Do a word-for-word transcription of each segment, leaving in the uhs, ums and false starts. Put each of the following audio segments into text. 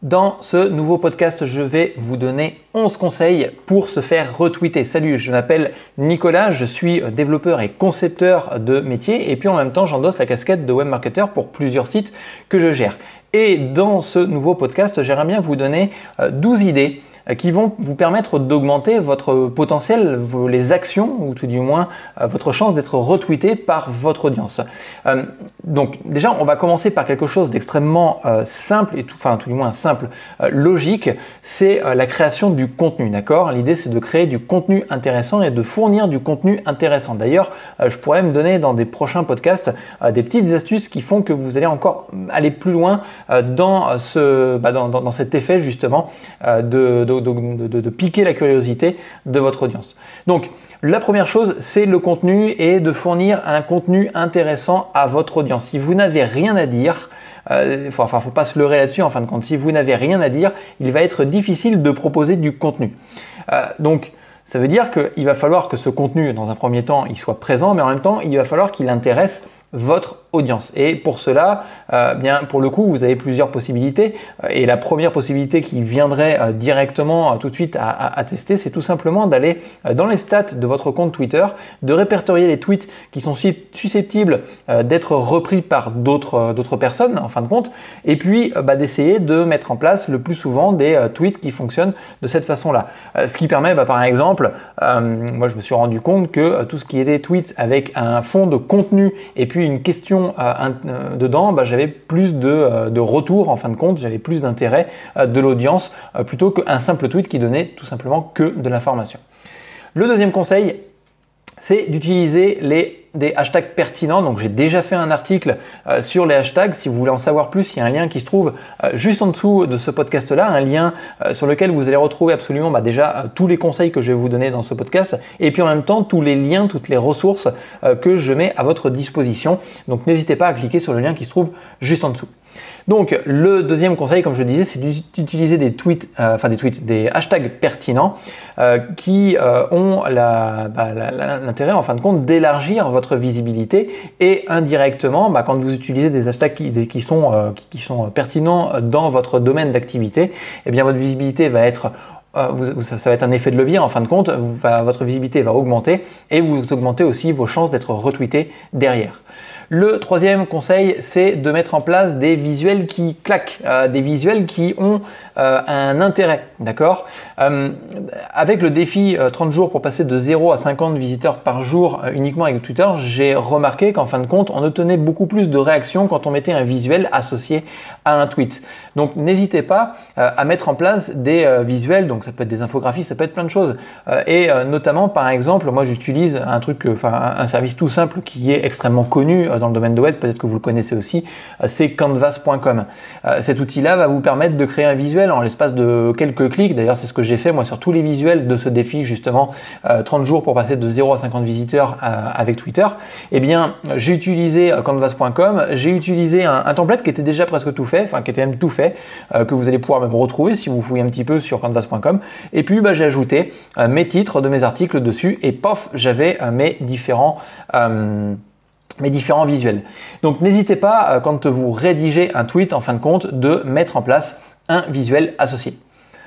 Dans ce nouveau podcast, je vais vous donner onze conseils pour se faire retweeter. Salut, je m'appelle Nicolas, je suis développeur et concepteur de métier et puis en même temps, j'endosse la casquette de web marketeur pour plusieurs sites que je gère. Et dans ce nouveau podcast, j'aimerais bien vous donner douze idées qui vont vous permettre d'augmenter votre potentiel, les actions ou tout du moins votre chance d'être retweeté par votre audience. Euh, donc déjà, on va commencer par quelque chose d'extrêmement euh, simple et tout, enfin tout du moins simple, euh, logique, c'est euh, la création du contenu, d'accord ? L'idée c'est de créer du contenu intéressant et de fournir du contenu intéressant. D'ailleurs, euh, je pourrais me donner dans des prochains podcasts euh, des petites astuces qui font que vous allez encore aller plus loin euh, dans ce, bah, dans, dans, dans cet effet justement euh, de, de De, de, de piquer la curiosité de votre audience. Donc, la première chose, c'est le contenu et de fournir un contenu intéressant à votre audience. Si vous n'avez rien à dire, euh, faut, enfin, faut pas se leurrer là-dessus en fin de compte. Si vous n'avez rien à dire, il va être difficile de proposer du contenu. Euh, donc, ça veut dire qu'il va falloir que ce contenu, dans un premier temps, il soit présent, mais en même temps, il va falloir qu'il intéresse votre audience. Et pour cela, euh, bien pour le coup, vous avez plusieurs possibilités. Et la première possibilité qui viendrait euh, directement euh, tout de suite à, à, à tester, c'est tout simplement d'aller euh, dans les stats de votre compte Twitter, de répertorier les tweets qui sont susceptibles euh, d'être repris par d'autres euh, d'autres personnes en fin de compte, et puis euh, bah, d'essayer de mettre en place le plus souvent des euh, tweets qui fonctionnent de cette façon-là. Euh, ce qui permet, bah, par exemple, euh, moi je me suis rendu compte que euh, tout ce qui est des tweets avec un fond de contenu et puis une question euh, un, euh, dedans, bah, j'avais plus de, euh, de retours en fin de compte, j'avais plus d'intérêt euh, de l'audience euh, plutôt qu'un simple tweet qui donnait tout simplement que de l'information. Le deuxième conseil, c'est d'utiliser les des hashtags pertinents. Donc j'ai déjà fait un article euh, sur les hashtags. Si vous voulez en savoir plus, il y a un lien qui se trouve euh, juste en dessous de ce podcast-là, un lien euh, sur lequel vous allez retrouver absolument bah, déjà euh, tous les conseils que je vais vous donner dans ce podcast et puis en même temps tous les liens, toutes les ressources euh, que je mets à votre disposition. Donc n'hésitez pas à cliquer sur le lien qui se trouve juste en dessous. Donc le deuxième conseil, comme je le disais, c'est d'utiliser des tweets, euh, enfin des tweets, des hashtags pertinents euh, qui euh, ont la, bah, la, la, l'intérêt en fin de compte d'élargir votre visibilité et indirectement, bah, quand vous utilisez des hashtags qui, qui, sont, euh, qui, qui sont pertinents dans votre domaine d'activité, eh bien votre visibilité va être Euh, vous, ça, ça va être un effet de levier en fin de compte, vous, va, votre visibilité va augmenter et vous augmentez aussi vos chances d'être retweeté derrière. Le troisième conseil, c'est de mettre en place des visuels qui claquent, euh, des visuels qui ont euh, un intérêt, d'accord ? euh, Avec le défi euh, trente jours pour passer de zéro à cinquante visiteurs par jour euh, uniquement avec Twitter, j'ai remarqué qu'en fin de compte, on obtenait beaucoup plus de réactions quand on mettait un visuel associé à un tweet. Donc n'hésitez pas euh, à mettre en place des euh, visuels, donc ça peut être des infographies, ça peut être plein de choses. Euh, et euh, notamment, par exemple, moi j'utilise un truc, enfin euh, un service tout simple qui est extrêmement connu euh, dans le domaine de web, peut-être que vous le connaissez aussi, euh, c'est canvas point com. Euh, cet outil-là va vous permettre de créer un visuel en l'espace de quelques clics. D'ailleurs, c'est ce que j'ai fait moi sur tous les visuels de ce défi, justement, euh, trente jours pour passer de zéro à cinquante visiteurs euh, avec Twitter. Eh bien, j'ai utilisé euh, canvas point com, j'ai utilisé un, un template qui était déjà presque tout fait, enfin qui était même tout fait, euh, que vous allez pouvoir même retrouver si vous fouillez un petit peu sur canvas point com. Et puis bah, j'ai ajouté euh, mes titres de mes articles dessus et pof, j'avais euh, mes différents euh, mes différents visuels. Donc n'hésitez pas euh, quand vous rédigez un tweet en fin de compte de mettre en place un visuel associé.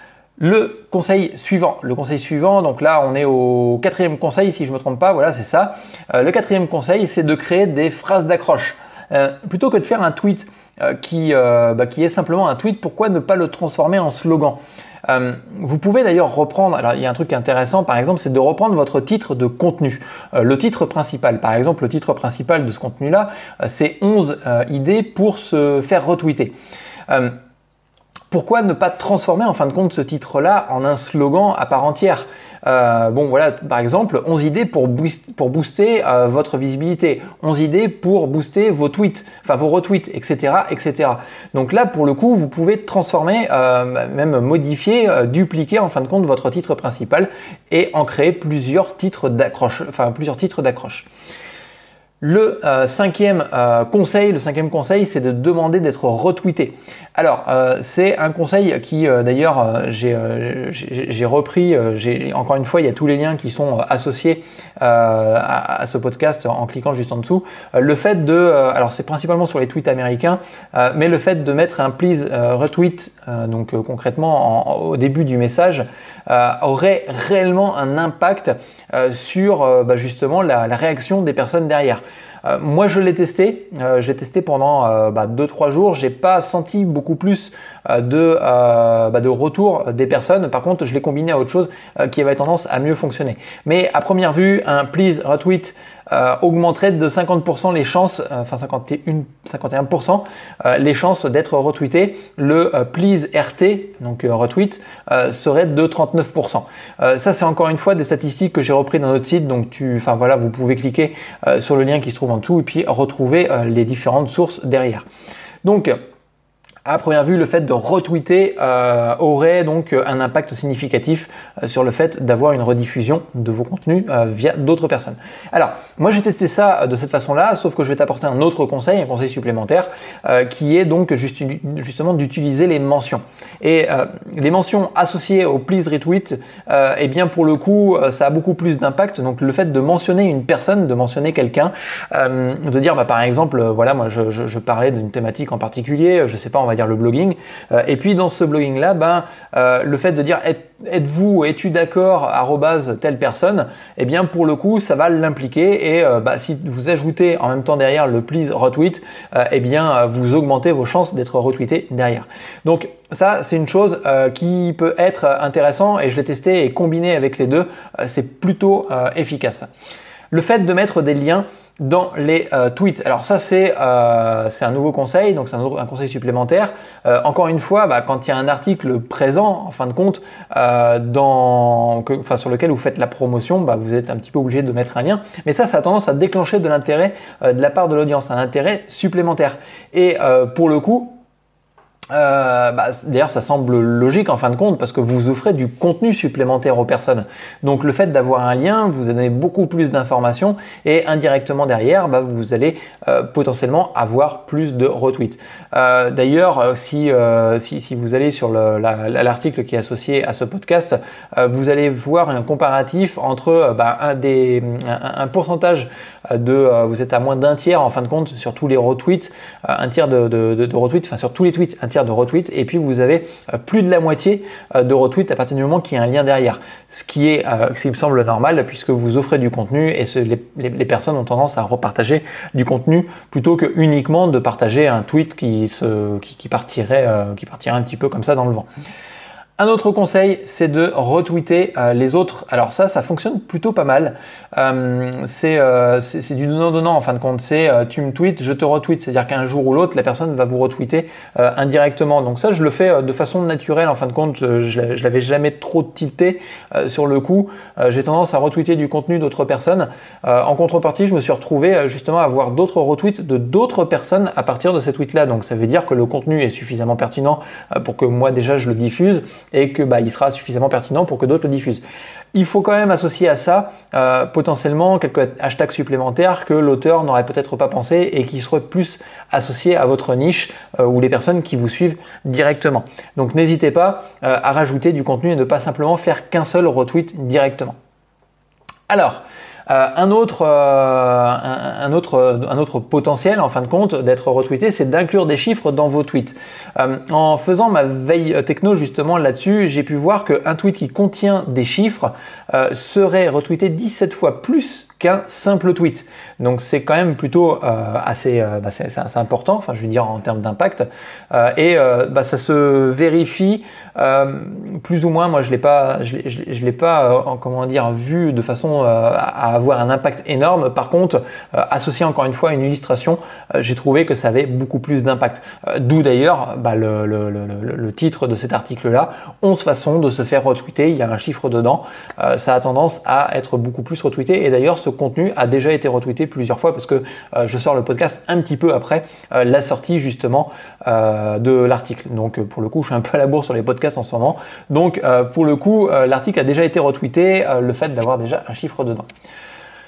Le conseil suivant, le conseil suivant, donc là on est au quatrième conseil si je ne me trompe pas, voilà c'est ça. Euh, le quatrième conseil, c'est de créer des phrases d'accroche. Euh, plutôt que de faire un tweet euh, qui, euh, bah, qui est simplement un tweet, pourquoi ne pas le transformer en slogan ? Euh, vous pouvez d'ailleurs reprendre, alors il y a un truc intéressant par exemple, c'est de reprendre votre titre de contenu, euh, le titre principal. Par exemple, le titre principal de ce contenu-là, euh, c'est onze euh, idées pour se faire retweeter. Euh, Pourquoi ne pas transformer en fin de compte ce titre-là en un slogan à part entière ? euh, Bon voilà, par exemple, onze idées pour, boost, pour booster euh, votre visibilité, onze idées pour booster vos tweets, enfin vos retweets, et cetera, et cetera. Donc là, pour le coup, vous pouvez transformer, euh, même modifier, euh, dupliquer en fin de compte votre titre principal et en créer plusieurs titres d'accroche, enfin plusieurs titres d'accroche. Le euh, cinquième euh, conseil, le cinquième conseil, c'est de demander d'être retweeté. Alors, euh, c'est un conseil qui, euh, d'ailleurs, euh, j'ai, euh, j'ai repris. Euh, j'ai, encore une fois, il y a tous les liens qui sont associés euh, à, à ce podcast en cliquant juste en dessous. Euh, le fait de, euh, alors c'est principalement sur les tweets américains, euh, mais le fait de mettre un please euh, retweet, euh, donc euh, concrètement en, au début du message, euh, aurait réellement un impact euh, sur euh, bah, justement la, la réaction des personnes derrière. Euh, moi, je l'ai testé. Euh, j'ai testé pendant euh, bah, deux trois jours. J'ai pas senti beaucoup plus euh, de, euh, bah, de retour des personnes. Par contre, je l'ai combiné à autre chose euh, qui avait tendance à mieux fonctionner. Mais à première vue, un please retweet euh, augmenterait de cinquante pour cent les chances, euh, enfin cinquante et un, cinquante et un pour cent euh, les chances d'être retweeté. Le euh, please R T, donc euh, retweet, euh, serait de trente-neuf pour cent. Euh, ça, c'est encore une fois des statistiques que j'ai repris dans notre site. Donc, tu, enfin voilà, vous pouvez cliquer euh, sur le lien qui se trouve en dessous et puis retrouver euh, les différentes sources derrière. Donc, à première vue, le fait de retweeter euh, aurait donc un impact significatif euh, sur le fait d'avoir une rediffusion de vos contenus euh, via d'autres personnes. Alors, moi j'ai testé ça de cette façon-là, sauf que je vais t'apporter un autre conseil, un conseil supplémentaire, euh, qui est donc juste, justement d'utiliser les mentions. Et euh, les mentions associées au please retweet, euh, eh bien pour le coup, ça a beaucoup plus d'impact. Donc le fait de mentionner une personne, de mentionner quelqu'un, euh, de dire bah, par exemple, voilà, moi je, je, je parlais d'une thématique en particulier, je sais pas, on va dire le blogging, euh, et puis dans ce blogging là, ben, euh, le fait de dire êtes, êtes-vous, es-tu d'accord, arrobase telle personne, eh bien pour le coup ça va l'impliquer et euh, bah, si vous ajoutez en même temps derrière le please retweet, euh, eh bien vous augmentez vos chances d'être retweeté derrière. Donc ça c'est une chose euh, qui peut être intéressant et je l'ai testé et combiné avec les deux, euh, c'est plutôt euh, efficace. Le fait de mettre des liens dans les euh, tweets. Alors ça c'est euh, c'est un nouveau conseil, donc c'est un, un conseil supplémentaire. Euh, encore une fois, bah, quand il y a un article présent, en fin de compte, euh, dans, que, enfin, sur lequel vous faites la promotion, bah, vous êtes un petit peu obligé de mettre un lien. Mais ça, ça a tendance à déclencher de l'intérêt euh, de la part de l'audience, un intérêt supplémentaire. Et euh, pour le coup, Euh, bah, d'ailleurs ça semble logique en fin de compte parce que vous offrez du contenu supplémentaire aux personnes. Donc le fait d'avoir un lien, vous donnez beaucoup plus d'informations et indirectement derrière, bah, vous allez euh, potentiellement avoir plus de retweets. Euh, d'ailleurs, si, euh, si, si vous allez sur le, la, l'article qui est associé à ce podcast, euh, vous allez voir un comparatif entre bah, un, des, un, un pourcentage de, euh, vous êtes à moins d'un tiers en fin de compte sur tous les retweets, euh, un tiers de, de, de, de retweets, enfin sur tous les tweets, un tiers de retweets, et puis vous avez euh, plus de la moitié euh, de retweets à partir du moment qu'il y a un lien derrière, ce qui est, euh, ce qui me semble normal puisque vous offrez du contenu et ce, les, les, les personnes ont tendance à repartager du contenu plutôt que uniquement de partager un tweet qui, se, qui, qui, partirait, euh, qui partirait un petit peu comme ça dans le vent. Un autre conseil, c'est de retweeter euh, les autres. Alors ça, ça fonctionne plutôt pas mal. Euh, c'est, euh, c'est, c'est du donnant-donnant en fin de compte. C'est euh, tu me tweets, je te retweet. C'est-à-dire qu'un jour ou l'autre, la personne va vous retweeter euh, indirectement. Donc ça, je le fais euh, de façon naturelle. En fin de compte, je, je, je l'avais jamais trop tilté euh, sur le coup. Euh, j'ai tendance à retweeter du contenu d'autres personnes. Euh, en contrepartie, je me suis retrouvé euh, justement à avoir d'autres retweets de d'autres personnes à partir de ces tweets-là. Donc ça veut dire que le contenu est suffisamment pertinent euh, pour que moi déjà je le diffuse et que bah, il sera suffisamment pertinent pour que d'autres le diffusent. Il faut quand même associer à ça euh, potentiellement quelques hashtags supplémentaires que l'auteur n'aurait peut-être pas pensé et qui seraient plus associés à votre niche euh, ou les personnes qui vous suivent directement. Donc n'hésitez pas euh, à rajouter du contenu et ne pas simplement faire qu'un seul retweet directement. Alors, Euh, un, autre, euh, un, un, autre, un autre potentiel en fin de compte d'être retweeté, c'est d'inclure des chiffres dans vos tweets. Euh, en faisant ma veille techno justement là-dessus, j'ai pu voir qu'un tweet qui contient des chiffres euh, serait retweeté dix-sept fois plus qu'un simple tweet. Donc c'est quand même plutôt euh, assez, euh, bah, c'est, c'est assez important, enfin je veux dire en termes d'impact. Euh, et euh, bah, ça se vérifie euh, plus ou moins. Moi je l'ai pas, je l'ai, je l'ai pas, euh, comment dire, vu de façon euh, à avoir un impact énorme. Par contre, euh, associé encore une fois à une illustration, euh, j'ai trouvé que ça avait beaucoup plus d'impact. Euh, d'où d'ailleurs bah, le, le, le, le titre de cet article-là, onze façons de se faire retweeter. Il y a un chiffre dedans. Euh, ça a tendance à être beaucoup plus retweeté. Et d'ailleurs, ce contenu a déjà été retweeté plusieurs fois parce que euh, je sors le podcast un petit peu après euh, la sortie justement euh, de l'article. Donc pour le coup, je suis un peu à la bourre sur les podcasts en ce moment. Donc euh, pour le coup, euh, l'article a déjà été retweeté, euh, le fait d'avoir déjà un chiffre dedans.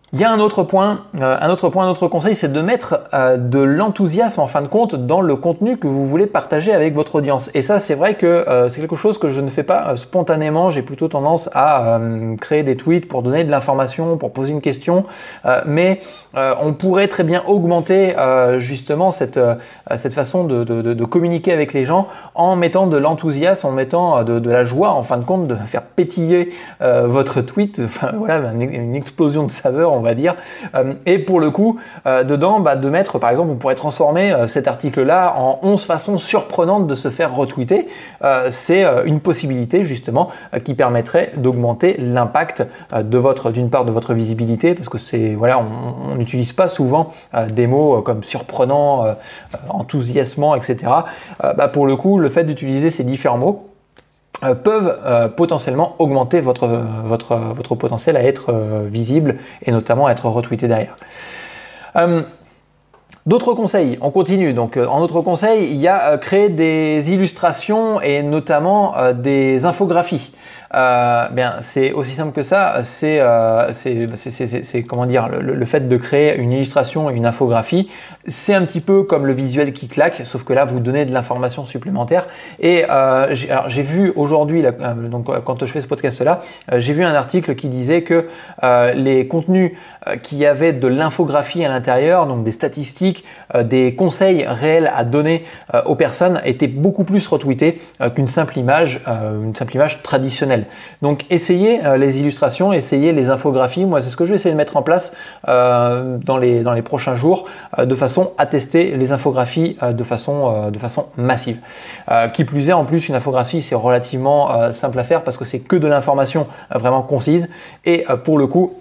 Il y a un autre point, euh, un autre point, un autre conseil, c'est de mettre euh, de l'enthousiasme en fin de compte dans le contenu que vous voulez partager avec votre audience. Et ça, c'est vrai que euh, c'est quelque chose que je ne fais pas euh, spontanément. J'ai plutôt tendance à euh, créer des tweets pour donner de l'information, pour poser une question. Euh, mais euh, on pourrait très bien augmenter euh, justement cette, euh, cette façon de, de, de, de communiquer avec les gens en mettant de l'enthousiasme, en mettant de, de la joie, en fin de compte, de faire pétiller euh, votre tweet. Enfin, voilà, une explosion de saveur, on va dire. Euh, et pour le coup, euh, dedans, bah, de mettre, par exemple, on pourrait transformer euh, cet article-là en onze façons surprenantes de se faire retweeter. Euh, c'est euh, une possibilité justement euh, qui permettrait d'augmenter l'impact euh, de votre, d'une part de votre visibilité, parce que c'est, voilà, on n'utilise pas souvent euh, des mots euh, comme surprenant, euh, enthousiasmant, et cetera. Euh, bah, pour le coup, le fait d'utiliser ces différents mots Euh, peuvent euh, potentiellement augmenter votre, votre, votre potentiel à être euh, visible et notamment à être retweeté derrière. Euh, D'autres conseils, on continue. Donc, euh, en autre conseil, il y a euh, créer des illustrations et notamment euh, des infographies. Euh, bien, c'est aussi simple que ça. C'est, euh, c'est, c'est, c'est, c'est comment dire, le, le fait de créer une illustration et une infographie, c'est un petit peu comme le visuel qui claque, sauf que là, vous donnez de l'information supplémentaire. Et euh, j'ai, alors, j'ai vu aujourd'hui, là, euh, donc quand je fais ce podcast-là, euh, j'ai vu un article qui disait que euh, les contenus euh, qui avaient de l'infographie à l'intérieur, donc des statistiques, euh, des conseils réels à donner euh, aux personnes, étaient beaucoup plus retweetés euh, qu'une simple image, euh, une simple image traditionnelle. Donc essayez euh, les illustrations, essayez les infographies. Moi, c'est ce que je vais essayer de mettre en place euh, dans, les, dans les prochains jours euh, de façon à tester les infographies euh, de, façon, euh, de façon massive. Euh, qui plus est, en plus, une infographie, c'est relativement euh, simple à faire parce que c'est que de l'information euh, vraiment concise et euh, pour le coup,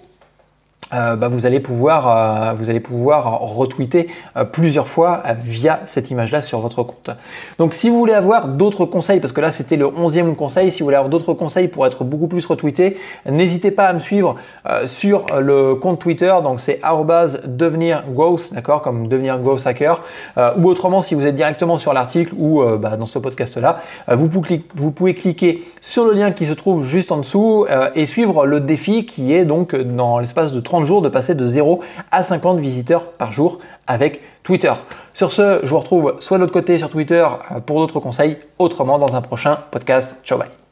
Euh, bah, vous allez pouvoir, euh, vous allez pouvoir retweeter euh, plusieurs fois euh, via cette image-là sur votre compte. Donc, si vous voulez avoir d'autres conseils, parce que là c'était le onzième conseil, si vous voulez avoir d'autres conseils pour être beaucoup plus retweeté, n'hésitez pas à me suivre euh, sur le compte Twitter. Donc, c'est arobase devenir growth, d'accord, comme devenir growth hacker. Euh, ou autrement, si vous êtes directement sur l'article ou euh, bah, dans ce podcast-là, euh, vous, pouvez, vous pouvez cliquer sur le lien qui se trouve juste en dessous euh, et suivre le défi qui est donc dans l'espace de trente jours de passer de zéro à cinquante visiteurs par jour avec Twitter. Sur ce, je vous retrouve soit de l'autre côté sur Twitter pour d'autres conseils, autrement dans un prochain podcast. Ciao, bye.